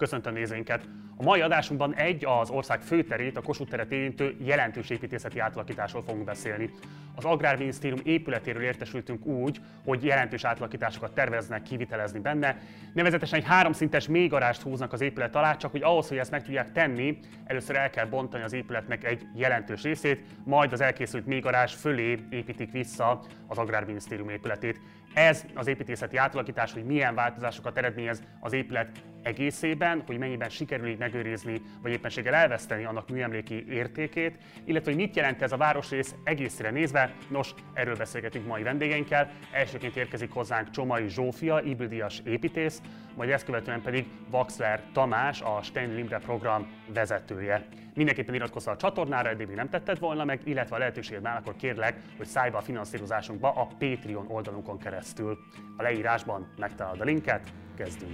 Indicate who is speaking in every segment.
Speaker 1: Köszöntöm nézőinket! A mai adásunkban az ország főterét, a Kossuth teret érintő jelentős építészeti átalakításról fogunk beszélni. Az Agrárminisztérium épületéről értesültünk úgy, hogy jelentős átalakításokat terveznek kivitelezni benne. Nevezetesen egy 3 szintes mélygarást húznak az épület alá, csak hogy ahhoz, hogy ezt meg tudják tenni, először el kell bontani az épületnek egy jelentős részét, majd az elkészült mélygarázs fölé építik vissza az Agrárminisztérium épületét. Ez az építészeti átalakítás, hogy milyen változásokat eredményez az épület egészében, hogy mennyiben sikerül így megőrizni, vagy éppenséggel elveszteni annak műemléki értékét, illetve hogy mit jelent ez a városrész egészére nézve. Nos, erről beszélgetünk mai vendégeinkkel. Elsőként érkezik hozzánk Csomai Zsófia, IBL-díjas építész, majd ezt követően pedig Vaxler Tamás, a Steindl Imre program vezetője. Mindenképpen iratkozz a csatornára, eddig még nem tetted volna meg, illetve a lehetőséged áll, akkor kérlek, hogy szállj be a finanszírozásunkba a Patreon oldalunkon keresztül. A leírásban megtalálod a linket, kezdünk!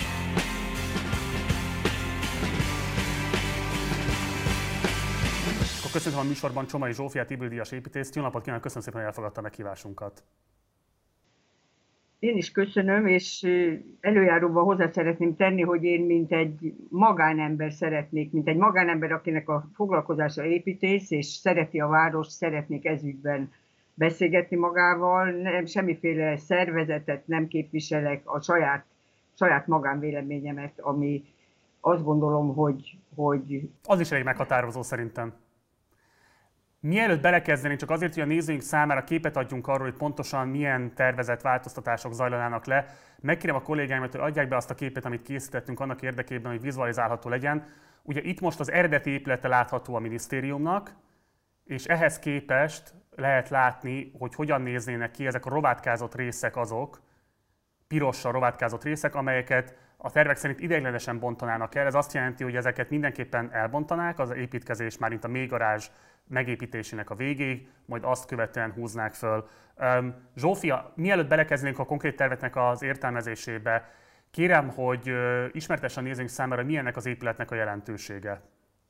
Speaker 1: Akkor köszönöm a műsorban Csomai Zsófiát, IBL-díjas építészt. Jó napot kívánok, köszönöm szépen, hogy elfogadta a meghívásunkat.
Speaker 2: Én is köszönöm, és előjáróban hozzá szeretném tenni, hogy én mint egy magánember szeretnék, mint egy magánember, akinek a foglalkozása építész, és szereti a várost, szeretnék ezügyben beszélgetni magával. Nem, semmiféle szervezetet nem képviselek, a saját magánvéleményemet, ami azt gondolom, hogy...
Speaker 1: Az is elég meghatározó szerintem. Mielőtt belekezdenénk, csak azért, hogy a nézőink számára képet adjunk arról, hogy pontosan milyen tervezett változtatások zajlanának le, megkérem a kollégáimat, hogy adják be azt a képet, amit készítettünk annak érdekében, hogy vizualizálható legyen. Ugye itt most az eredeti épülete látható a minisztériumnak, és ehhez képest lehet látni, hogy hogyan néznének ki ezek a rovátkázott részek azok, pirossal rovátkázott részek, amelyeket a tervek szerint ideiglenesen bontanának el. Ez azt jelenti, hogy ezeket mindenképpen elbontanák, az építkezés már mint a mélygarázs megépítésének a végéig, majd azt követően húznák föl. Zsófia, mielőtt belekezdenénk a konkrét terveknek az értelmezésébe, kérem, hogy ismertesse a nézőink számára, mi ennek az épületnek a jelentősége.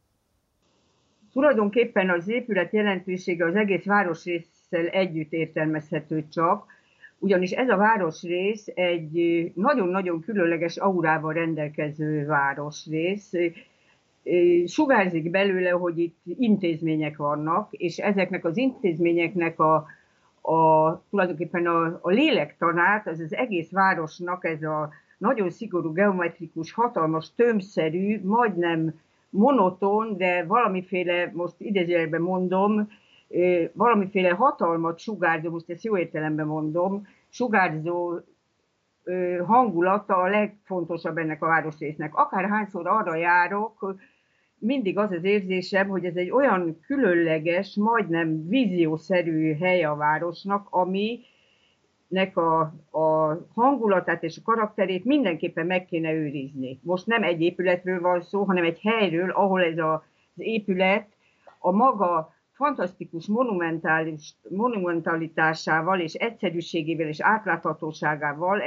Speaker 2: Tulajdonképpen az épület jelentősége az egész városrésszel együtt értelmezhető csak, ugyanis ez a városrész egy nagyon-nagyon különleges aurával rendelkező városrész. Sugárzik belőle, hogy itt intézmények vannak, és ezeknek az intézményeknek tulajdonképpen a lélektanát, az egész városnak ez a nagyon szigorú, geometrikus, hatalmas, tömbszerű, majdnem monoton, de valamiféle, most idézőjelben mondom, valamiféle hatalmat sugárzó, most ezt jó értelemben mondom, sugárzó hangulata a legfontosabb ennek a városrésznek. Akárhányszor arra járok, mindig az az érzésem, hogy ez egy olyan különleges, majdnem víziószerű hely a városnak, aminek a hangulatát és a karakterét mindenképpen meg kéne őrizni. Most nem egy épületről van szó, hanem egy helyről, ahol ez az épület a maga fantasztikus monumentalitásával és egyszerűségével és átláthatóságával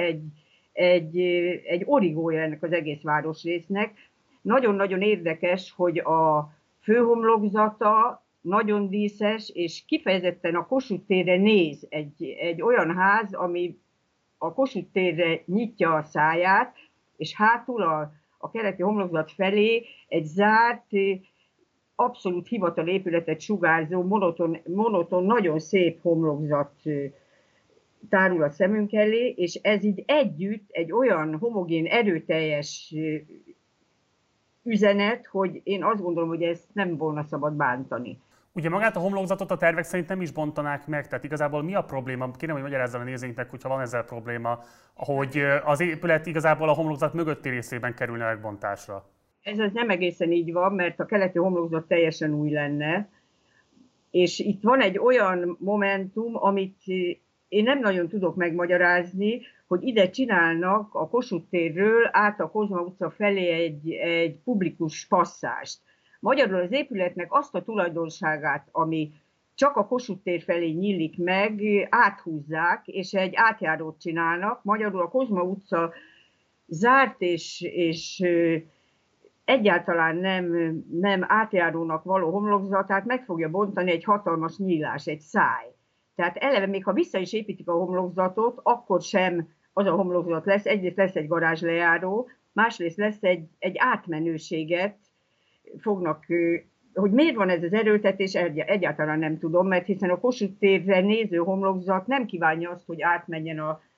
Speaker 2: egy origója ennek az egész városrésznek. Nagyon-nagyon érdekes, hogy a főhomlokzata nagyon díszes, és kifejezetten a Kossuth térre néz egy olyan ház, ami a Kossuth térre nyitja a száját, és hátul a keleti homlokzat felé egy zárt, abszolút hivatal épületet sugárzó, monoton, nagyon szép homlokzat tárul a szemünk elé, és ez így együtt egy olyan homogén, erőteljes üzenet, hogy én azt gondolom, hogy ezt nem volna szabad bántani.
Speaker 1: Ugye magát a homlokzatot a tervek szerint nem is bontanák meg, tehát igazából mi a probléma? Kérem, hogy magyarázzal a nézőinknek, hogyha van ezzel probléma, hogy az épület igazából a homlokzat mögötti részében kerülne megbontásra.
Speaker 2: Ez az nem egészen így van, mert a keleti homlokzat teljesen új lenne, és itt van egy olyan momentum, amit én nem nagyon tudok megmagyarázni, hogy ide csinálnak a Kossuth térről át a Kozma utca felé egy publikus passzást. Magyarul az épületnek azt a tulajdonságát, ami csak a Kossuth tér felé nyílik meg, áthúzzák, és egy átjárót csinálnak. Magyarul a Kozma utca zárt és egyáltalán nem átjárónak való homlokzatát meg fogja bontani egy hatalmas nyílás, egy száj. Tehát eleve még ha vissza is építik a homlokzatot, akkor sem az a homlokzat lesz. Egyrészt lesz egy garázslejáró, másrészt lesz egy átmenőséget fognak, hogy miért van ez az erőltetés, egyáltalán nem tudom, mert hiszen a Kossuth térre néző homlokzat nem kívánja azt, hogy átmenjen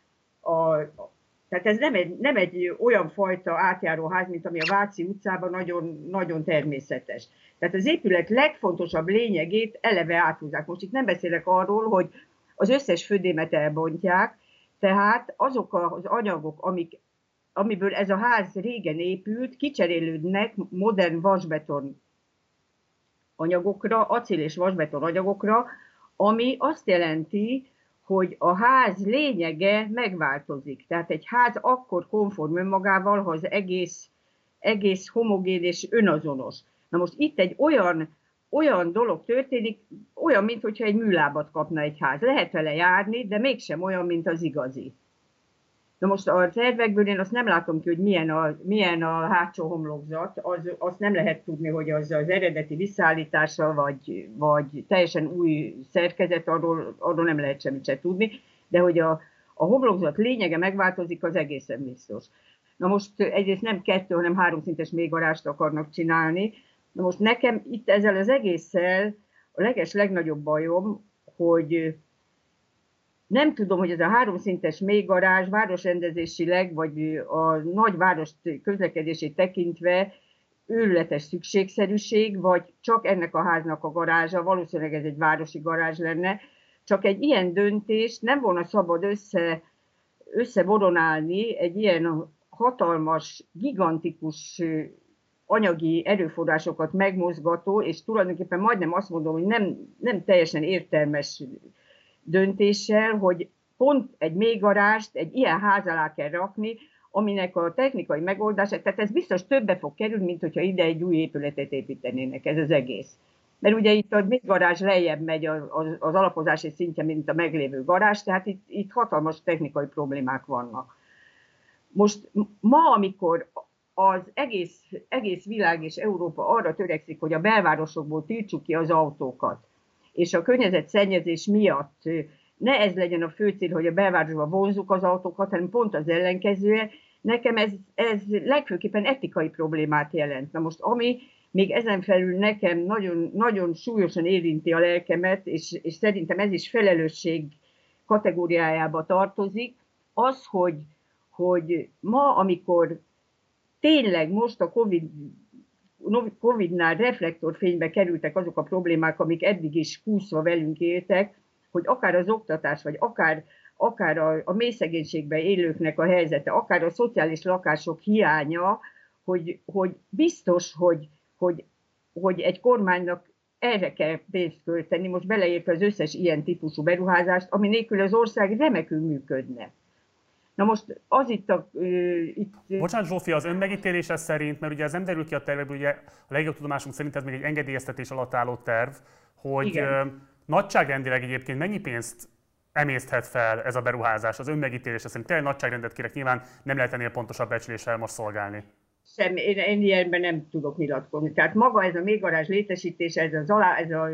Speaker 2: tehát ez nem egy olyan fajta átjáróház, mint ami a Váci utcában nagyon, nagyon természetes. Tehát az épület legfontosabb lényegét eleve áthúzzák. Most itt nem beszélek arról, hogy az összes födémet elbontják, tehát azok az anyagok, amiből ez a ház régen épült, kicserélődnek modern vasbeton anyagokra, acél és vasbeton anyagokra, ami azt jelenti, hogy a ház lényege megváltozik. Tehát egy ház akkor konform önmagával, ha az egész homogén és önazonos. Na most itt egy olyan dolog történik, olyan, mintha egy műlábat kapna egy ház. Lehet vele járni, de mégsem olyan, mint az igazi. Na most a tervekből én azt nem látom ki, hogy milyen a hátsó homlokzat, azt nem lehet tudni, hogy az eredeti visszaállítása, vagy teljesen új szerkezet, arról nem lehet semmit se tudni, de hogy a homlokzat lényege megváltozik, az egészen biztos. Na most egyrészt nem 2, hanem 3 szintes mélygarást akarnak csinálni. Na most nekem itt ezzel az egésszel a legnagyobb bajom, hogy nem tudom, hogy ez a 3 szintes mélygarázs városrendezésileg, vagy a nagyváros közlekedését tekintve őrületes szükségszerűség, vagy csak ennek a háznak a garázsa, valószínűleg ez egy városi garázs lenne, csak egy ilyen döntést nem volna szabad összeboronálni egy ilyen hatalmas, gigantikus anyagi erőforrásokat megmozgató, és tulajdonképpen majdnem azt mondom, hogy nem teljesen értelmes döntéssel, hogy pont egy mélygarást egy ilyen ház alá kell rakni, aminek a technikai megoldása, tehát ez biztos többe fog kerülni, mint hogyha ide egy új épületet építenének, ez az egész. Mert ugye itt a mélygarázs lejjebb megy az alapozási szintje, mint a meglévő garázs, tehát itt hatalmas technikai problémák vannak. Most ma, amikor az egész világ és Európa arra törekszik, hogy a belvárosokból tiltsuk ki az autókat, és a környezetszennyezés miatt ne ez legyen a fő cél, hogy a belvárosba vonzzuk az autókat, hanem pont az ellenkezője, nekem ez legfőképpen etikai problémát jelent. Na most ami még ezen felül nekem nagyon, nagyon súlyosan érinti a lelkemet, és szerintem ez is felelősség kategóriájába tartozik, az, hogy ma, amikor tényleg most a Covid-nál reflektorfénybe kerültek azok a problémák, amik eddig is kúszva velünk éltek, hogy akár az oktatás, vagy akár a mélyszegénységben élőknek a helyzete, akár a szociális lakások hiánya, hogy biztos, hogy egy kormánynak erre kell pénzt költeni, most beleértve az összes ilyen típusú beruházást, ami nélkül az ország remekül működne. Na most az itt
Speaker 1: Bocsánat, Zsófia, az önmegítélése szerint, mert ugye ez nem derül ki a tervekből, ugye a legjobb tudomásunk szerint ez még egy engedélyeztetés alatt álló terv, hogy nagyságrendileg egyébként mennyi pénzt emészthet fel ez a beruházás az önmegítélése szerint? Tényleg nagyságrendet kérek, nyilván nem lehet ennél pontosabb becsléssel most szolgálni.
Speaker 2: Én ilyenben nem tudok nyilatkozni. Tehát maga ez a mélygarázs létesítése, ez a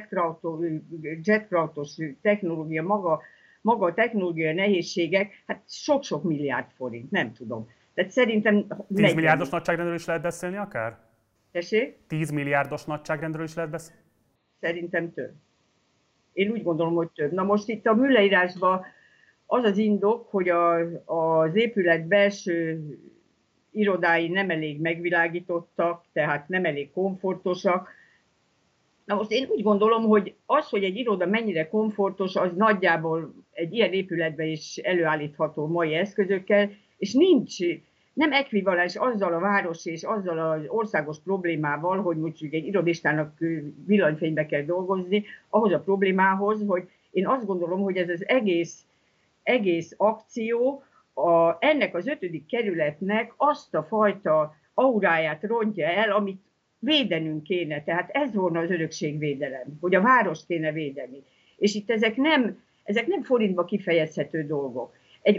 Speaker 2: jetkrautos technológia, maga a technológiai nehézségek, hát sok-sok milliárd forint, nem tudom. Tehát szerintem...
Speaker 1: 10 milliárdos nagyságrendről is lehet beszélni akár?
Speaker 2: Tessék?
Speaker 1: 10 milliárdos nagyságrendről is lehet beszélni?
Speaker 2: Szerintem több. Én úgy gondolom, hogy több. Na most itt a műleírásban az az indok, hogy az épület belső irodái nem elég megvilágítottak, tehát nem elég komfortosak. Na most én úgy gondolom, hogy az, hogy egy iroda mennyire komfortos, az nagyjából egy ilyen épületben is előállítható mai eszközökkel, és nem ekvivalens azzal a város és azzal az országos problémával, hogy mondjuk egy irodistának villanyfénybe kell dolgozni, ahhoz a problémához, hogy én azt gondolom, hogy ez az egész akció ennek az 5. kerületnek azt a fajta auráját rontja el, amit védenünk kéne. Tehát ez volna az örökségvédelem, hogy a várost kéne védeni. És itt ezek nem forintba kifejezhető dolgok. Egy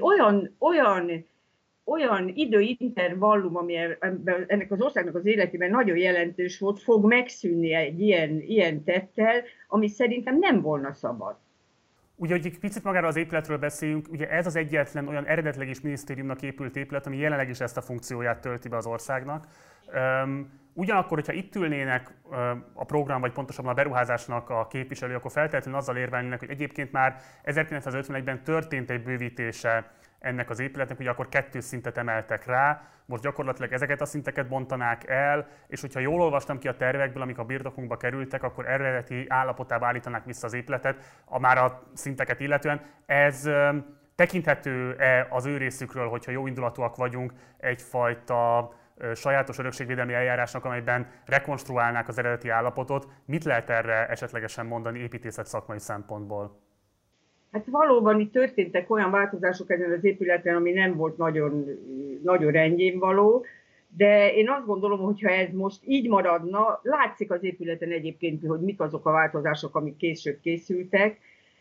Speaker 2: olyan időintervallum, ami ennek az országnak az életében nagyon jelentős volt, fog megszűnni egy ilyen tettel, ami szerintem nem volna szabad.
Speaker 1: Ugye, hogy egy picit magáról az épületről beszéljünk, ugye ez az egyetlen olyan eredetileg is minisztériumnak épült épület, ami jelenleg is ezt a funkcióját tölti be az országnak. Ugyanakkor, hogyha itt ülnének a program, vagy pontosabban a beruházásnak a képviselői, akkor feltétlenül azzal érvelnének, hogy egyébként már 1951-ben történt egy bővítése ennek az épületnek, ugye akkor 2 szintet emeltek rá, most gyakorlatilag ezeket a szinteket bontanák el, és hogyha jól olvastam ki a tervekből, amik a birtokunkba kerültek, akkor eredeti állapotába állítanák vissza az épületet, már a szinteket illetően. Ez tekinthető-e az ő részükről, hogyha jó indulatúak vagyunk, egyfajta sajátos örökségvédelmi eljárásnak, amelyben rekonstruálnák az eredeti állapotot? Mit lehet erre esetlegesen mondani építészet szakmai szempontból?
Speaker 2: Hát valóban itt történtek olyan változások ezen az épületen, ami nem volt nagyon, nagyon rendjén való, de én azt gondolom, hogy ha ez most így maradna, látszik az épületen egyébként, hogy mik azok a változások, amik később készültek.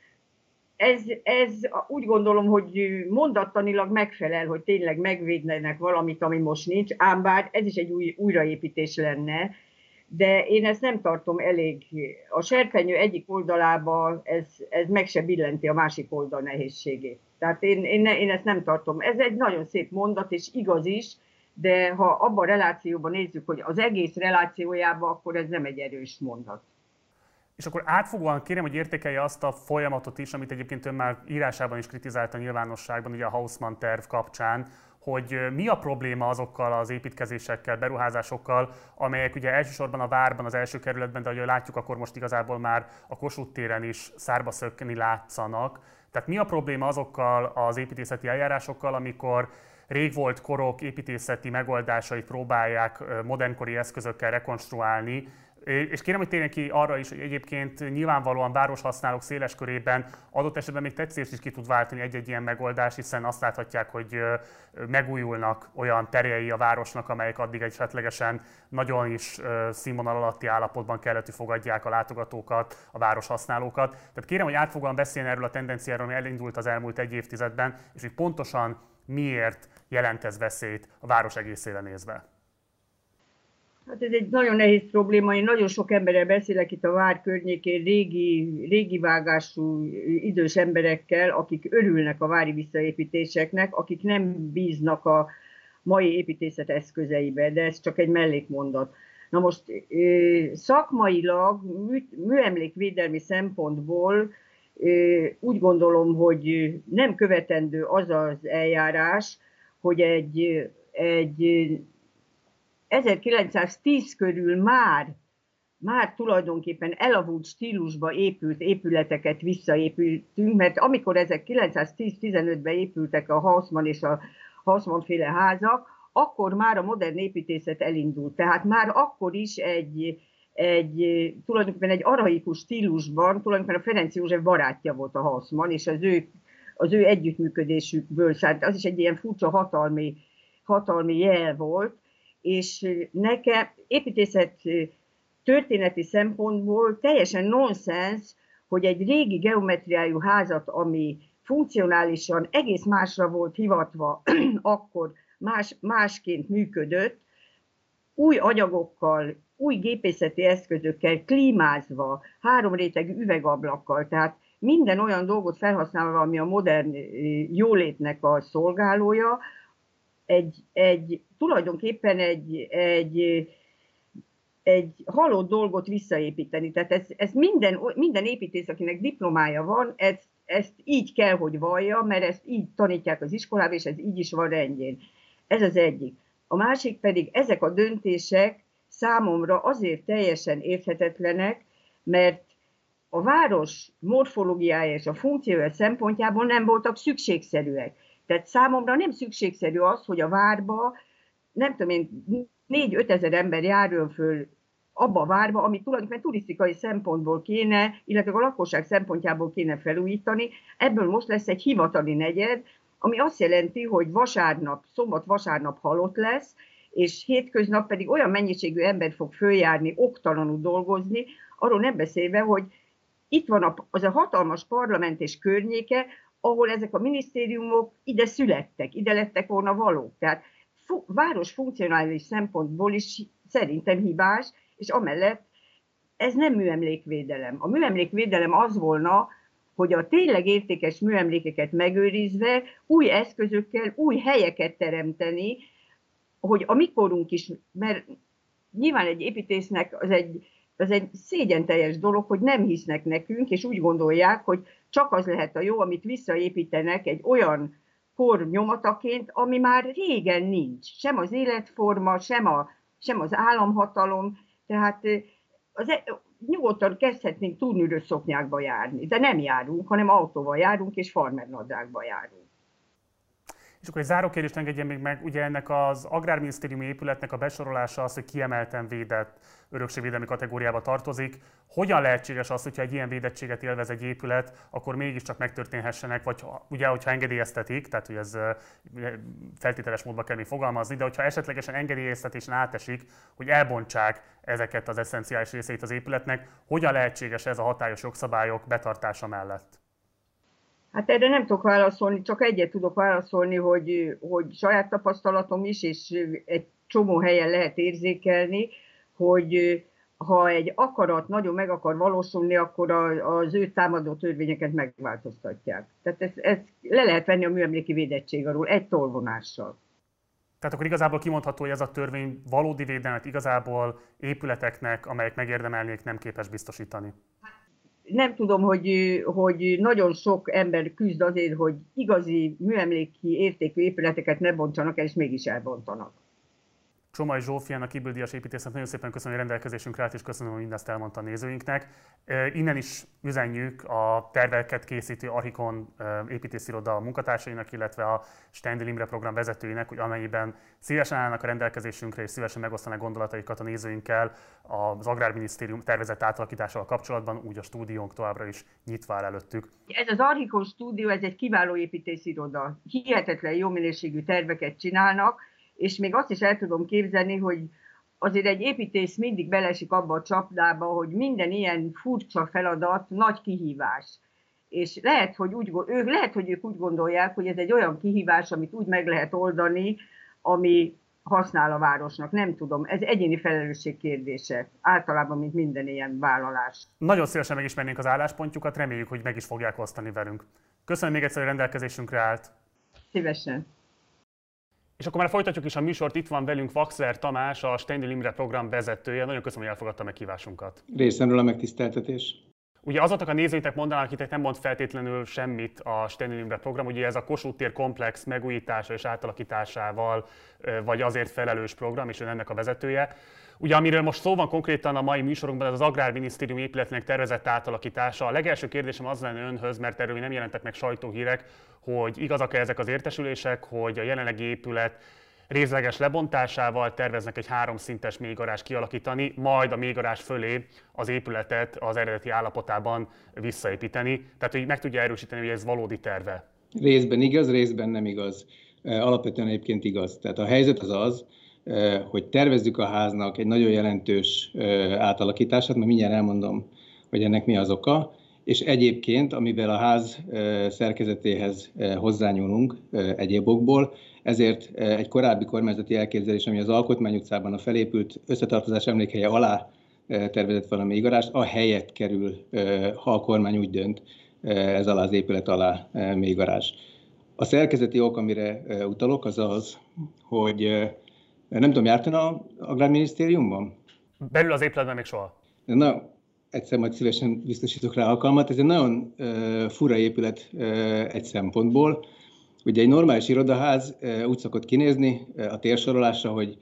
Speaker 2: Ez úgy gondolom, hogy mondattanilag megfelel, hogy tényleg megvédnenek valamit, ami most nincs, ám bár ez is egy újraépítés lenne, de én ezt nem tartom elég. A serpenyő egyik oldalába ez meg se billenti a másik oldal nehézségét. Tehát én ezt nem tartom. Ez egy nagyon szép mondat, és igaz is, de ha abban a relációban nézzük, hogy az egész relációjában, akkor ez nem egy erős mondat.
Speaker 1: És akkor átfogóan kérem, hogy értékelje azt a folyamatot is, amit egyébként ön már írásában is kritizált a nyilvánosságban, ugye a Haussmann terv kapcsán, hogy mi a probléma azokkal az építkezésekkel, beruházásokkal, amelyek ugye elsősorban a várban, az első kerületben, de ahogy látjuk, akkor most igazából már a Kossuth téren is szárba szökni látszanak. Tehát mi a probléma azokkal az építészeti eljárásokkal, amikor régvolt korok építészeti megoldásait próbálják modernkori eszközökkel rekonstruálni, és kérem, hogy térjen ki arra is, hogy egyébként nyilvánvalóan városhasználók széles körében adott esetben még tetszést is ki tud váltani egy-egy ilyen megoldás, hiszen azt láthatják, hogy megújulnak olyan terjei a városnak, amelyek addig esetlegesen nagyon is színvonal alatti állapotban kellett, hogy fogadják a látogatókat, a városhasználókat. Tehát kérem, hogy átfogóan beszéljen erről a tendenciáról, ami elindult az elmúlt egy évtizedben, és hogy pontosan miért jelent ez veszélyt a város egészére nézve.
Speaker 2: Hát ez egy nagyon nehéz probléma. Én nagyon sok emberrel beszélek itt a vár környékén, régi vágású idős emberekkel, akik örülnek a vári visszaépítéseknek, akik nem bíznak a mai építészet eszközeibe, de ez csak egy mellékmondat. Na most szakmailag, műemlékvédelmi szempontból úgy gondolom, hogy nem követendő az az eljárás, hogy egy 1910 körül már tulajdonképpen elavult stílusba épült épületeket visszaépültünk, mert amikor ezek 910-15-ben épültek a Haussmann és a Haussmann-féle házak, akkor már a modern építészet elindult. Tehát már akkor is tulajdonképpen egy arhaikus stílusban, tulajdonképpen a Ferenc József barátja volt a Haussmann, és az ő együttműködésükből szállt. Az is egy ilyen furcsa hatalmi jel volt, és nekem építészet történeti szempontból teljesen nonsens, hogy egy régi geometriájú házat, ami funkcionálisan egész másra volt hivatva, akkor másként működött, új anyagokkal, új gépészeti eszközökkel, klímázva, 3 rétegű üvegablakkal, tehát minden olyan dolgot felhasználva, ami a modern jólétnek a szolgálója, tulajdonképpen egy halott dolgot visszaépíteni. Tehát ez minden építész, akinek diplomája van, ezt így kell, hogy vallja, mert ezt így tanítják az iskolában, és ez így is van rendjén. Ez az egyik. A másik pedig ezek a döntések számomra azért teljesen érthetetlenek, mert a város morfológiája és a funkciója szempontjából nem voltak szükségszerűek. Tehát számomra nem szükségszerű az, hogy a várba, nem tudom én, 4-5 ezer ember járjon föl abba a várba, amit tulajdonképpen turisztikai szempontból kéne, illetve a lakosság szempontjából kéne felújítani. Ebből most lesz egy hivatali negyed, ami azt jelenti, hogy szombat-vasárnap halott lesz, és hétköznap pedig olyan mennyiségű ember fog följárni, oktalanul dolgozni, arról nem beszélve, hogy itt van az a hatalmas parlament és környéke, ahol ezek a minisztériumok ide születtek, ide lettek volna valók. Tehát város funkcionális szempontból is szerintem hibás, és amellett ez nem műemlékvédelem. A műemlékvédelem az volna, hogy a tényleg értékes műemlékeket megőrizve új eszközökkel új helyeket teremteni, hogy a mikorunk is, mert nyilván egy építésznek az egy szégyenteljes dolog, hogy nem hisznek nekünk, és úgy gondolják, hogy csak az lehet a jó, amit visszaépítenek egy olyan kor nyomataként, ami már régen nincs. Sem az életforma, sem az államhatalom. Tehát nyugodtan kezdhetnénk túlnőrös szoknyákba járni, de nem járunk, hanem autóval járunk, és farmernadrágba járunk.
Speaker 1: És akkor egy záró kérdést engedjen még meg, ugye ennek az Agrárminisztériumi épületnek a besorolása az, hogy kiemelten védett örökségvédelmi kategóriába tartozik. Hogyan lehetséges az, hogyha egy ilyen védettséget élvez egy épület, akkor mégiscsak megtörténhessenek, vagy ugye, hogyha engedélyeztetik, tehát hogy ez feltételes módban kell még fogalmazni, de hogyha esetlegesen engedélyeztetésen átesik, hogy elbontsák ezeket az esszenciális részeit az épületnek, hogyan lehetséges ez a hatályos jogszabályok betartása mellett?
Speaker 2: Hát erre nem tudok válaszolni, csak egyet tudok válaszolni, hogy saját tapasztalatom is, és egy csomó helyen lehet érzékelni, hogy ha egy akarat nagyon meg akar valósulni, akkor az ő támadó törvényeket megváltoztatják. Tehát ezt le lehet venni a műemléki védettség alól egy tolvonással.
Speaker 1: Tehát akkor igazából kimondható, hogy ez a törvény valódi védelmet igazából épületeknek, amelyek megérdemelnék, nem képes biztosítani.
Speaker 2: Nem tudom, hogy nagyon sok ember küzd azért, hogy igazi műemléki értékű épületeket ne bontsanak el, és mégis elbontanak.
Speaker 1: Csomai Zsófiának, Kiből díjas építésznek nagyon szépen köszönöm, hogy rendelkezésünkre állt, és köszönöm, hogy mindezt elmondta a nézőinknek. Innen is üzenjük a terveket készítő Archicon építésziroda munkatársainak, illetve a Steindl Imre program vezetőinek, hogy amennyiben szívesen állnak a rendelkezésünkre, és szívesen megosztanak gondolataikat a nézőinkkel az Agrárminisztérium tervezett átalakításával kapcsolatban, úgy a stúdiónk továbbra is nyitva áll előttük.
Speaker 2: Ez az Archicon stúdió, ez egy kiváló építésziroda. Hihetetlen jó minőségű terveket csinálnak, és még azt is el tudom képzelni, hogy azért egy építész mindig belesik abba a csapdába, hogy minden ilyen furcsa feladat nagy kihívás. És lehet, hogy ők úgy gondolják, hogy ez egy olyan kihívás, amit úgy meg lehet oldani, ami használ a városnak. Nem tudom, ez egyéni felelősség kérdése. Általában, mint minden ilyen vállalás.
Speaker 1: Nagyon szívesen megismernénk az álláspontjukat, reméljük, hogy meg is fogják osztani velünk. Köszönöm még egyszer, hogy rendelkezésünkre állt.
Speaker 2: Szívesen.
Speaker 1: És akkor már folytatjuk is a műsort, itt van velünk Vaxler Tamás, a Steindl Imre program vezetője. Nagyon köszönöm, hogy elfogadta meghívásunkat.
Speaker 3: Részemről a megtiszteltetés.
Speaker 1: Ugye azoknak a nézőinknek mondanak, akiknek nem mond feltétlenül semmit a Steindl Imre program, ugye ez a Kossuth tér komplex megújítása és átalakításával vagy azért felelős program, és ön ennek a vezetője. Ugye amiről most szó van konkrétan a mai műsorunkban, ez az Agrárminisztérium épületének tervezett átalakítása. A legelső kérdésem az lenne önhöz, mert erről nem jelentek meg sajtóhírek, hogy igazak-e ezek az értesülések, hogy a jelenlegi épület részleges lebontásával terveznek egy 3 szintes mélygarázs kialakítani, majd a mélygarázs fölé az épületet az eredeti állapotában visszaépíteni. Tehát, hogy meg tudja erősíteni, hogy ez valódi terve.
Speaker 3: Részben igaz, részben nem igaz. Alapvetően egyébként igaz. Tehát a helyzet az, hogy tervezzük a háznak egy nagyon jelentős átalakítását, mert mindjárt elmondom, hogy ennek mi az oka. És egyébként, amivel a ház szerkezetéhez hozzányúlunk egyéb okból, ezért egy korábbi kormányzati elképzelés, ami az Alkotmány utcában a felépült összetartozás emlékhelye alá tervezett valami mélygarást, a helyet kerül, ha a kormány úgy dönt, ez alá az épület alá mélygarázs. A szerkezeti ok, amire utalok, az az, hogy nem tudom, jártál az Agrárminisztériumban?
Speaker 1: Belül az épületben még soha.
Speaker 3: Na, egyszer majd szívesen biztosítok rá alkalmat. Ez egy nagyon fura épület egy szempontból. Ugye egy normális irodaház úgy szokott kinézni a térsorolásra, hogy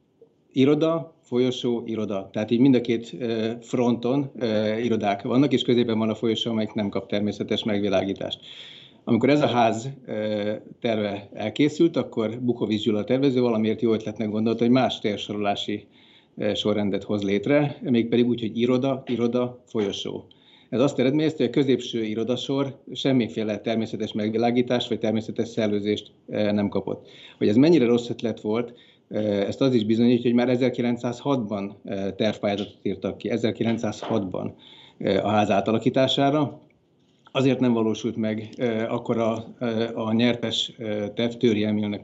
Speaker 3: iroda, folyosó, iroda. Tehát így mind a két fronton irodák vannak, és középen van a folyosó, amelyik nem kap természetes megvilágítást. Amikor ez a ház terve elkészült, akkor Bukovics Gyula tervező valamiért jó ötletnek gondolta, hogy más térsorolási sorrendet hoz létre, mégpedig úgy, hogy iroda, iroda, folyosó. Ez azt eredményezte, hogy a középső irodasor semmiféle természetes megvilágítást vagy természetes szellőzést nem kapott. Hogy ez mennyire rossz ötlet volt, ezt az is bizonyítja, hogy már 1906-ban tervpályázatot írtak ki, 1906-ban a ház átalakítására. Azért nem valósult meg akkor a nyertes terv, Thőry Emilnek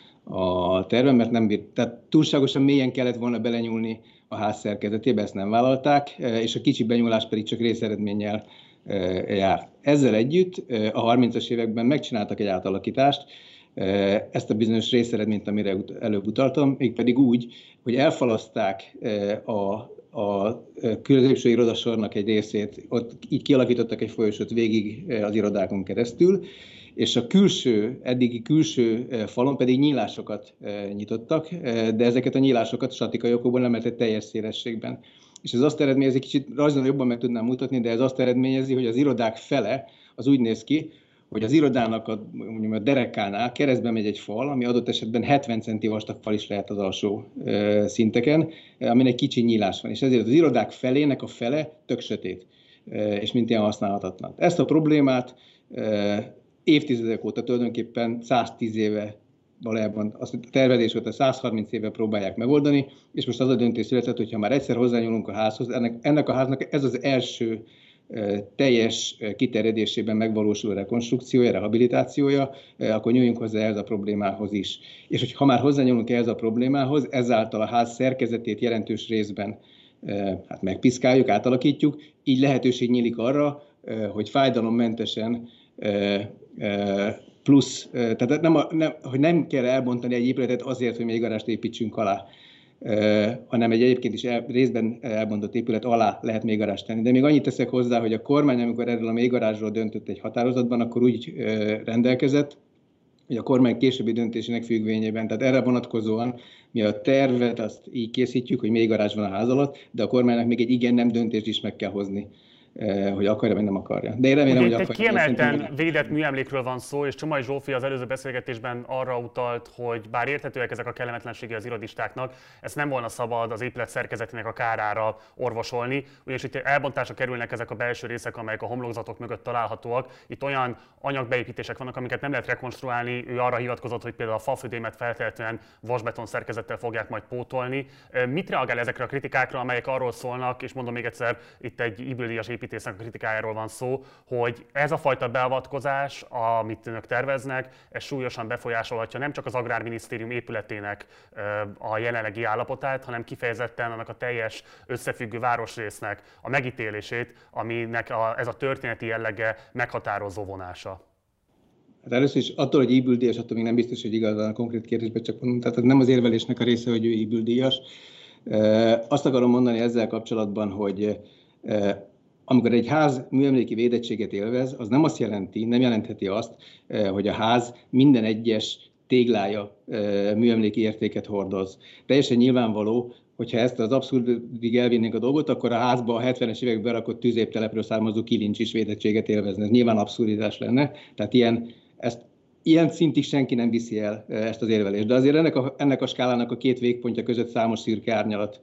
Speaker 3: a terve, mert nem bírt, tehát túlságosan mélyen kellett volna belenyúlni a ház szerkezetébe, ezt nem vállalták, és a kicsi benyúlás pedig csak részeredménnyel járt. Ezzel együtt a 30-as években megcsináltak egy átalakítást, ezt a bizonyos részeredményt, amire előbb utaltam, mégpedig úgy, hogy elfalaszták a középső irodasornak egy részét, ott így kialakítottak egy folyosót végig az irodákon keresztül, és a eddigi külső falon pedig nyílásokat nyitottak, de ezeket a nyílásokat statikai okokból nem lehetett teljes szélességben. És ez azt eredményezi, kicsit rajzon jobban meg tudnám mutatni, de ez azt eredményezi, hogy az irodák fele az úgy néz ki, hogy az irodának a derekánál keresztbe megy egy fal, ami adott esetben 70 centi vastag fal is lehet az alsó szinteken, amin egy kicsi nyílás van. És ezért az irodák felének a fele tök sötét, és mint ilyen használhatatlan. Ezt a problémát évtizedek óta, tulajdonképpen 110 éve, valójában a tervezés óta 130 éve próbálják megoldani, és most az a döntés született, hogy ha már egyszer hozzányúlunk a házhoz, ennek a háznak ez az első teljes kiterjedésében megvalósuló rekonstrukciója, rehabilitációja, akkor nyúljunk hozzá ehhez a problémához is. És hogy ha már hozzányúlunk ehhez a problémához, ezáltal a ház szerkezetét jelentős részben megpiszkáljuk, átalakítjuk, így lehetőség nyílik arra, hogy fájdalommentesen plusz, tehát hogy nem kell elbontani egy épületet azért, hogy még garást építsünk alá, hanem egy egyébként is részben elbontott épület alá lehet mélygarást tenni. De még annyit teszek hozzá, hogy a kormány, amikor erről a mélygarázsról döntött egy határozatban, akkor úgy rendelkezett, hogy a kormány későbbi döntésének függvényében, tehát erre vonatkozóan mi a tervet azt így készítjük, hogy mélygarázs van a ház alatt, de a kormánynak még egy igen-nem döntést is meg kell hozni, hogy akarja, vagy nem akarja. De én remélem, hogy
Speaker 1: akarja. Egy kiemelten védett műemlékről van szó, és Csomai Zsófi az előző beszélgetésben arra utalt, hogy bár érthetőek ezek a kellemetlenségei az irodistáknak, ezt nem volna szabad az épület szerkezetének a kárára orvosolni, ugyanis itt elbontásra kerülnek ezek a belső részek, amelyek a homlokzatok mögött találhatóak. Itt olyan anyagbeépítések vannak, amiket nem lehet rekonstruálni. Ő arra hivatkozott, hogy például a falfödémet feltétlenül vasbeton szerkezettel fogják majd pótolni. Mit reagál ezekre a kritikákra, amelyek arról szólnak, és mondom még egyszer, itt egy IBIL-díjas építésznek a kritikájáról van szó, hogy ez a fajta beavatkozás, amit önök terveznek, ez súlyosan befolyásolhatja nem csak az Agrárminisztérium épületének a jelenlegi állapotát, hanem kifejezetten annak a teljes összefüggő városrésznek a megítélését, aminek ez a történeti jellege meghatározó vonása.
Speaker 3: Hát először is attól, hogy IBIL-díjas, attól még nem biztos, hogy igazán a konkrét kérdésben csak mondom, tehát nem az érvelésnek a része, hogy ő IBIL-díjas. Azt akarom mondani ezzel kapcsolatban, hogy amikor egy ház műemléki védettséget élvez, az nem azt jelenti, nem jelentheti azt, hogy a ház minden egyes téglája műemléki értéket hordoz. Teljesen nyilvánvaló, hogyha ezt az abszurdig elvinnénk a dolgot, akkor a házba a 70-es években berakott tüzéptelepről származó kilincs is védettséget élvezne. Ez nyilván abszurditás lenne. Tehát ilyen szintig senki nem viszi el ezt az érvelést. De azért ennek a skálának a két végpontja között számos szürke árnyalat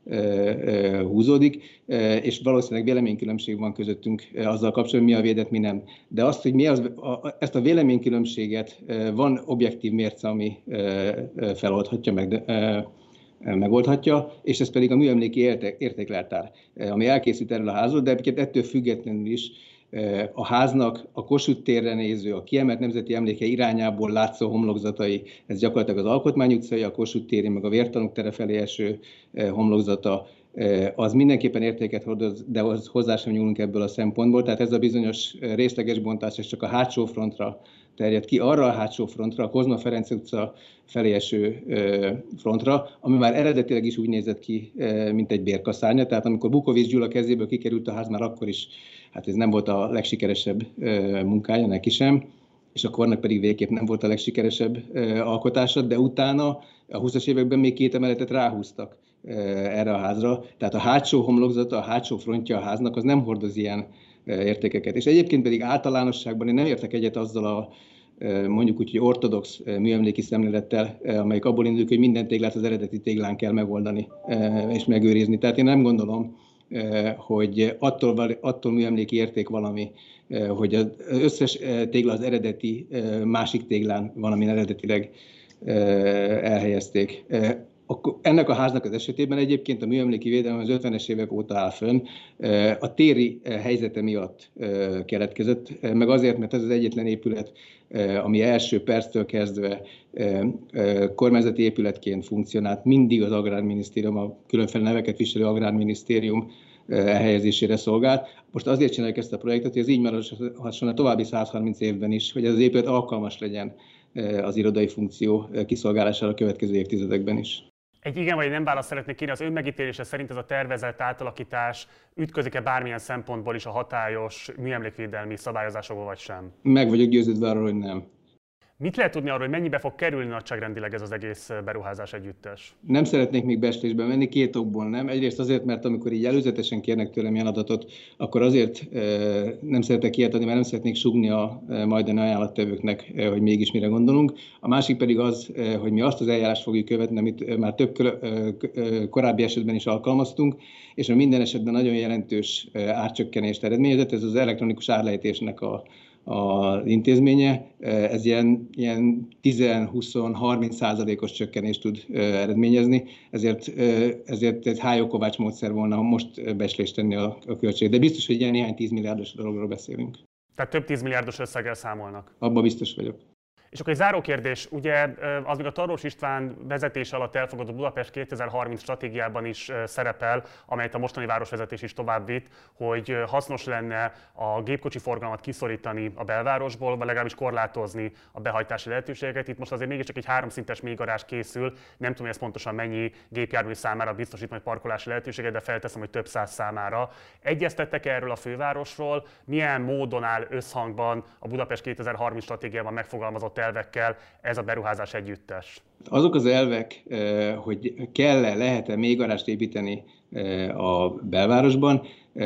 Speaker 3: húzódik, és valószínűleg véleménykülönbség van közöttünk azzal kapcsolatban, mi a védett, mi nem. De azt, hogy ezt a véleménykülönbséget van objektív mérce, ami feloldhatja, megoldhatja, és ez pedig a műemléki értékleltár, ami elkészült erről a házról, de ettől függetlenül is a háznak a Kossuth térre néző, a kiemelt nemzeti emléke irányából látszó homlokzatai, ez gyakorlatilag az Alkotmány utcai, a Kossuth téri, meg a Vértanúk tere felé eső homlokzata, az mindenképpen értéket hordoz, de hozzá sem nyúlunk ebből a szempontból, tehát ez a bizonyos részleges bontás, és csak a hátsó frontra terjed ki, arra a hátsó frontra, a Kozma Ferenc utca felé eső frontra, ami már eredetileg is úgy nézett ki, mint egy bérkaszárnya, tehát amikor Bukovics Gyula kezéből kikerült a ház, már akkor is, hát ez nem volt a legsikeresebb munkája, neki sem, és a kornak pedig végképp nem volt a legsikeresebb alkotása, de utána a 20-as években még 2 emeletet ráhúztak erre a házra, tehát a hátsó homlokzata, a hátsó frontja a háznak az nem hordoz ilyen értékeket. És egyébként pedig általánosságban én nem értek egyet azzal a mondjuk úgy, hogy ortodox műemléki szemlélettel, amelyik abból indul, hogy minden téglát az eredeti téglán kell megoldani és megőrizni. Tehát én nem gondolom, hogy attól műemléki érték valami, hogy az összes tégla az eredeti másik téglán valamin eredetileg elhelyezték. Ennek a háznak az esetében egyébként a műemléki védelem az 50-es évek óta áll fönn. A téri helyzete miatt keletkezett, meg azért, mert ez az egyetlen épület, ami első perctől kezdve kormányzati épületként funkcionált, mindig az Agrárminisztérium, a különféle neveket viselő Agrárminisztérium elhelyezésére szolgált. Most azért csináljuk ezt a projektet, hogy ez így maradhasson a további 130 évben is, hogy ez az épület alkalmas legyen az irodai funkció kiszolgálására a következő évtizedekben is.
Speaker 1: Egy igen vagy nem választ szeretnék kérni, az önmegítélése szerint ez a tervezett átalakítás ütközik-e bármilyen szempontból is a hatályos műemlékvédelmi szabályozásokba, vagy sem?
Speaker 3: Meg vagyok győződve arról, hogy nem.
Speaker 1: Mit lehet tudni arról, hogy mennyibe fog kerülni nagyságrendileg ez az egész beruházás együttes?
Speaker 3: Nem szeretnék még becslésbe menni, két okból nem. Egyrészt azért, mert amikor így előzetesen kérnek tőlem ilyen adatot, akkor azért nem szeretek ilyet adni, mert nem szeretnék sugni a majdani ajánlattevőknek, hogy mégis mire gondolunk. A másik pedig az, hogy mi azt az eljárást fogjuk követni, amit már több korábbi esetben is alkalmaztunk, és a minden esetben nagyon jelentős árcsökkenést eredményezett. Ez az elektronikus árlejtésnek az intézménye, ez ilyen 10-20-30%-os csökkenést tud eredményezni, ezért egy Hájó Kovács módszer volna, ha most becslést tenni a költség. De biztos, hogy ilyen néhány 10 milliárdos dologról beszélünk.
Speaker 1: Tehát több 10 milliárdos összeggel számolnak?
Speaker 3: Abban biztos vagyok.
Speaker 1: És akkor egy záró kérdés, ugye az még a Tarlós István vezetése alatt elfogadott Budapest 2030 stratégiában is szerepel, amelyet a mostani városvezetés is tovább vitt, hogy hasznos lenne a gépkocsi forgalmat kiszorítani a belvárosból, vagy legalábbis korlátozni a behajtási lehetőségeket. Itt most azért mégiscsak egy 3 szintes mélygarázs készül, nem tudom, hogy ez pontosan mennyi gépjármű számára biztosít majd parkolási lehetőséget, de felteszem, hogy több száz számára. Egyeztettek erről a fővárosról? Milyen módon áll összhangban a Budapest 2030 stratégiában megfogalmazott elvekkel ez a beruházás együttes?
Speaker 3: Azok az elvek, hogy kell-e, lehet-e mélygarást építeni a belvárosban,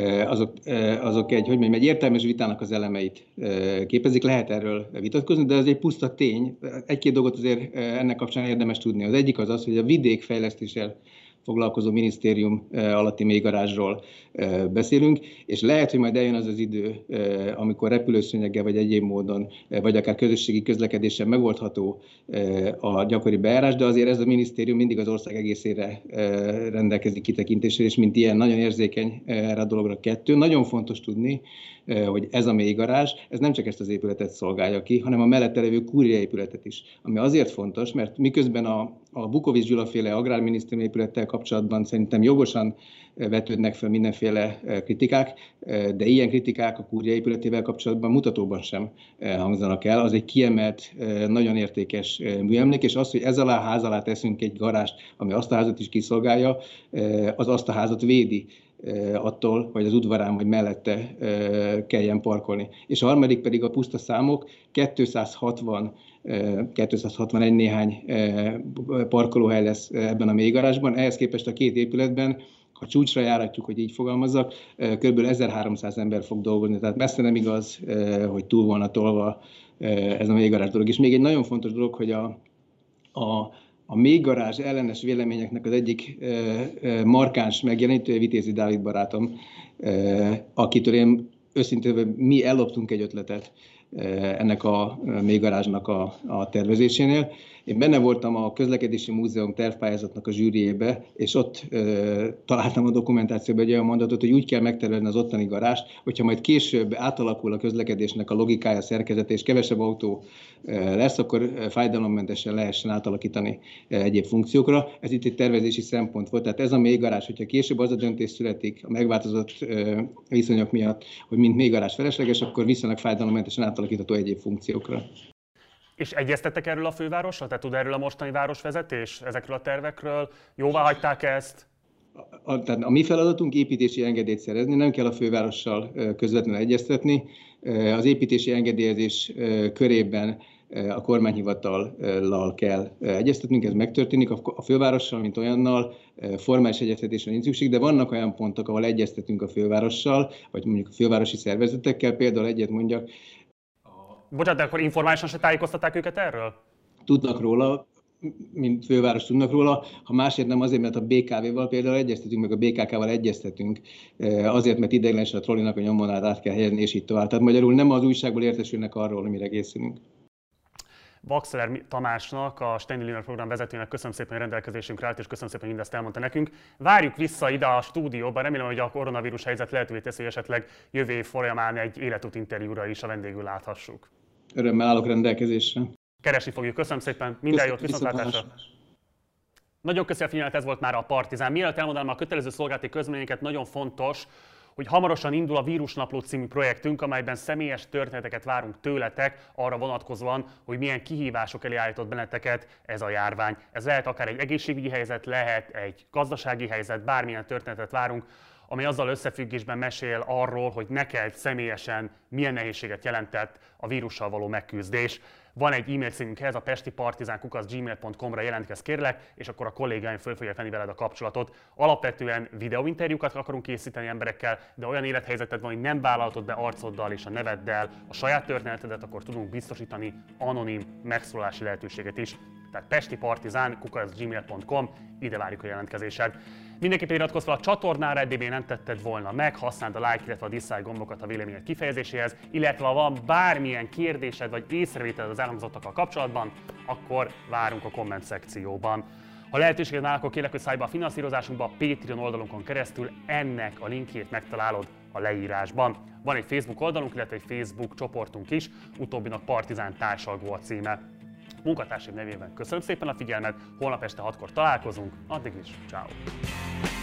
Speaker 3: azok egy értelmes vitának az elemeit képezik, lehet erről vitatkozni, de ez egy puszta tény. Egy-két dolgot azért ennek kapcsán érdemes tudni. Az egyik az, hogy a vidékfejlesztéssel foglalkozó minisztérium alatti mélygarázsról beszélünk, és lehet, hogy majd eljön az az idő, amikor repülőszőnyeggel vagy egyéb módon, vagy akár közösségi közlekedéssel megoldható a gyakori bejárás, de azért ez a minisztérium mindig az ország egészére rendelkezik kitekintéssel, és mint ilyen nagyon érzékeny erre a dologra. Kettő, nagyon fontos tudni, hogy ez a mélygarázs, ez nem csak ezt az épületet szolgálja ki, hanem a mellette levő kúriaépületet is. Ami azért fontos, mert miközben a Bukovics Gyula-féle agrárminisztérium épülettel kapcsolatban szerintem jogosan vetődnek fel mindenféle kritikák, de ilyen kritikák a kúria épületével kapcsolatban mutatóban sem hangzanak el. Az egy kiemelt, nagyon értékes műemlék, és az, hogy ez alá ház alá teszünk egy garást, ami azt a házat is kiszolgálja, az azt a házat védi attól, hogy az udvarán vagy mellette kelljen parkolni. És a harmadik pedig a puszta számok, 261 néhány parkolóhely lesz ebben a mélygarázsban, ehhez képest a két épületben, ha csúcsra járatjuk, hogy így fogalmazzak, kb. 1300 ember fog dolgozni, tehát messze nem igaz, hogy túl volna tolva ez a mélygarázs dolog. És még egy nagyon fontos dolog, hogy a mélygarázs ellenes véleményeknek az egyik markáns megjelenítője Vitézi Dávid barátom, akitől én őszintén mi elloptunk egy ötletet ennek a mélygarázsnak a tervezésénél. Én benne voltam a Közlekedési Múzeum tervpályázatnak a zsűriébe, és ott találtam a dokumentációban egy olyan mondatot, hogy úgy kell megtervezni az ottani garást, hogyha majd később átalakul a közlekedésnek a logikája, szerkezete, és kevesebb autó lesz, akkor fájdalommentesen lehessen átalakítani egyéb funkciókra. Ez itt egy tervezési szempont volt. Tehát ez a mélygarázs, hogyha később az a döntés születik a megváltozott viszonyok miatt, hogy mint mélygarázs felesleges, akkor viszonylag fájdalommentesen átalakítható egyéb funkciókra.
Speaker 1: És egyeztettek erről a fővárossal? Tehát tud erről a mostani városvezetés, ezekről a tervekről? Jóvá hagyták ezt?
Speaker 3: Tehát a mi feladatunk építési engedélyt szerezni, nem kell a fővárossal közvetlenül egyeztetni. Az építési engedélyezés körében a kormányhivatallal kell egyeztetnünk, ez megtörténik. A fővárossal, mint olyannal formális egyeztetésre nincs szükség, de vannak olyan pontok, ahol egyeztetünk a fővárossal, vagy mondjuk a fővárosi szervezetekkel, például egyet mondjak.
Speaker 1: Bocsánat, de akkor informálisan se tájékoztatták őket erről?
Speaker 3: Tudnak róla, mint főváros tudnak róla, ha másért nem azért, mert a BKV-val például egyeztetünk, meg a BKK-val egyeztetünk, azért, mert ideiglenesen a trollinak a nyomvonalát át kell helyezni, és így tovább. Tehát magyarul nem az újságból értesülnek arról, hogy mire készülünk.
Speaker 1: Baxeler Tamásnak, a Steiny Limer program vezetőnek köszönöm szépen, hogy rendelkezésünkre állt, és köszönöm szépen, hogy mindezt elmondta nekünk. Várjuk vissza ide a stúdióba, remélem, hogy a koronavírus helyzet lehetővé teszi, hogy esetleg jövő év folyamán egy életút interjúra is a vendégül láthassuk.
Speaker 3: Örömmel állok rendelkezésre.
Speaker 1: Keresni fogjuk. Köszönöm szépen, minden jót, viszontlátásra! Nagyon köszönöm a figyelmet, ez volt már a Partizán. Mielőtt elmondanám a kötelező szolgálati közleményeket, nagyon fontos, hogy hamarosan indul a Vírusnapló című projektünk, amelyben személyes történeteket várunk tőletek arra vonatkozóan, hogy milyen kihívások elé állított benneteket ez a járvány. Ez lehet akár egy egészségügyi helyzet, lehet egy gazdasági helyzet, bármilyen történetet várunk, ami azzal összefüggésben mesél arról, hogy neked személyesen milyen nehézséget jelentett a vírussal való megküzdés. Van egy e-mail címünk ehhez, a pestipartizán@gmail.com-ra jelentkezz kérlek, és akkor a kollégáim föl fogják venni veled a kapcsolatot. Alapvetően videóinterjúkat akarunk készíteni emberekkel, de olyan élethelyzeted van, hogy nem vállaltod be arcoddal és a neveddel a saját történetedet, akkor tudunk biztosítani anonim megszólalási lehetőséget is. Tehát pestipartizán@gmail.com, ide várjuk a jelentkezésed. Mindenképpen iratkozz fel a csatornára, eddig még nem tetted volna meg, használd a like, illetve a dislike gombokat a véleményed kifejezéséhez, illetve ha van bármilyen kérdésed vagy észrevételed az elhangzottakkal kapcsolatban, akkor várunk a komment szekcióban. Ha lehetőséged áll, akkor kérlek, hogy szállj be a finanszírozásunkba a Patreon oldalunkon keresztül, ennek a linkjét megtalálod a leírásban. Van egy Facebook oldalunk, illetve egy Facebook csoportunk is, utóbbinak Partizán társalgó a címe. Munkatársaim nevében köszönöm szépen a figyelmet, holnap este 6-kor találkozunk, addig is, ciao.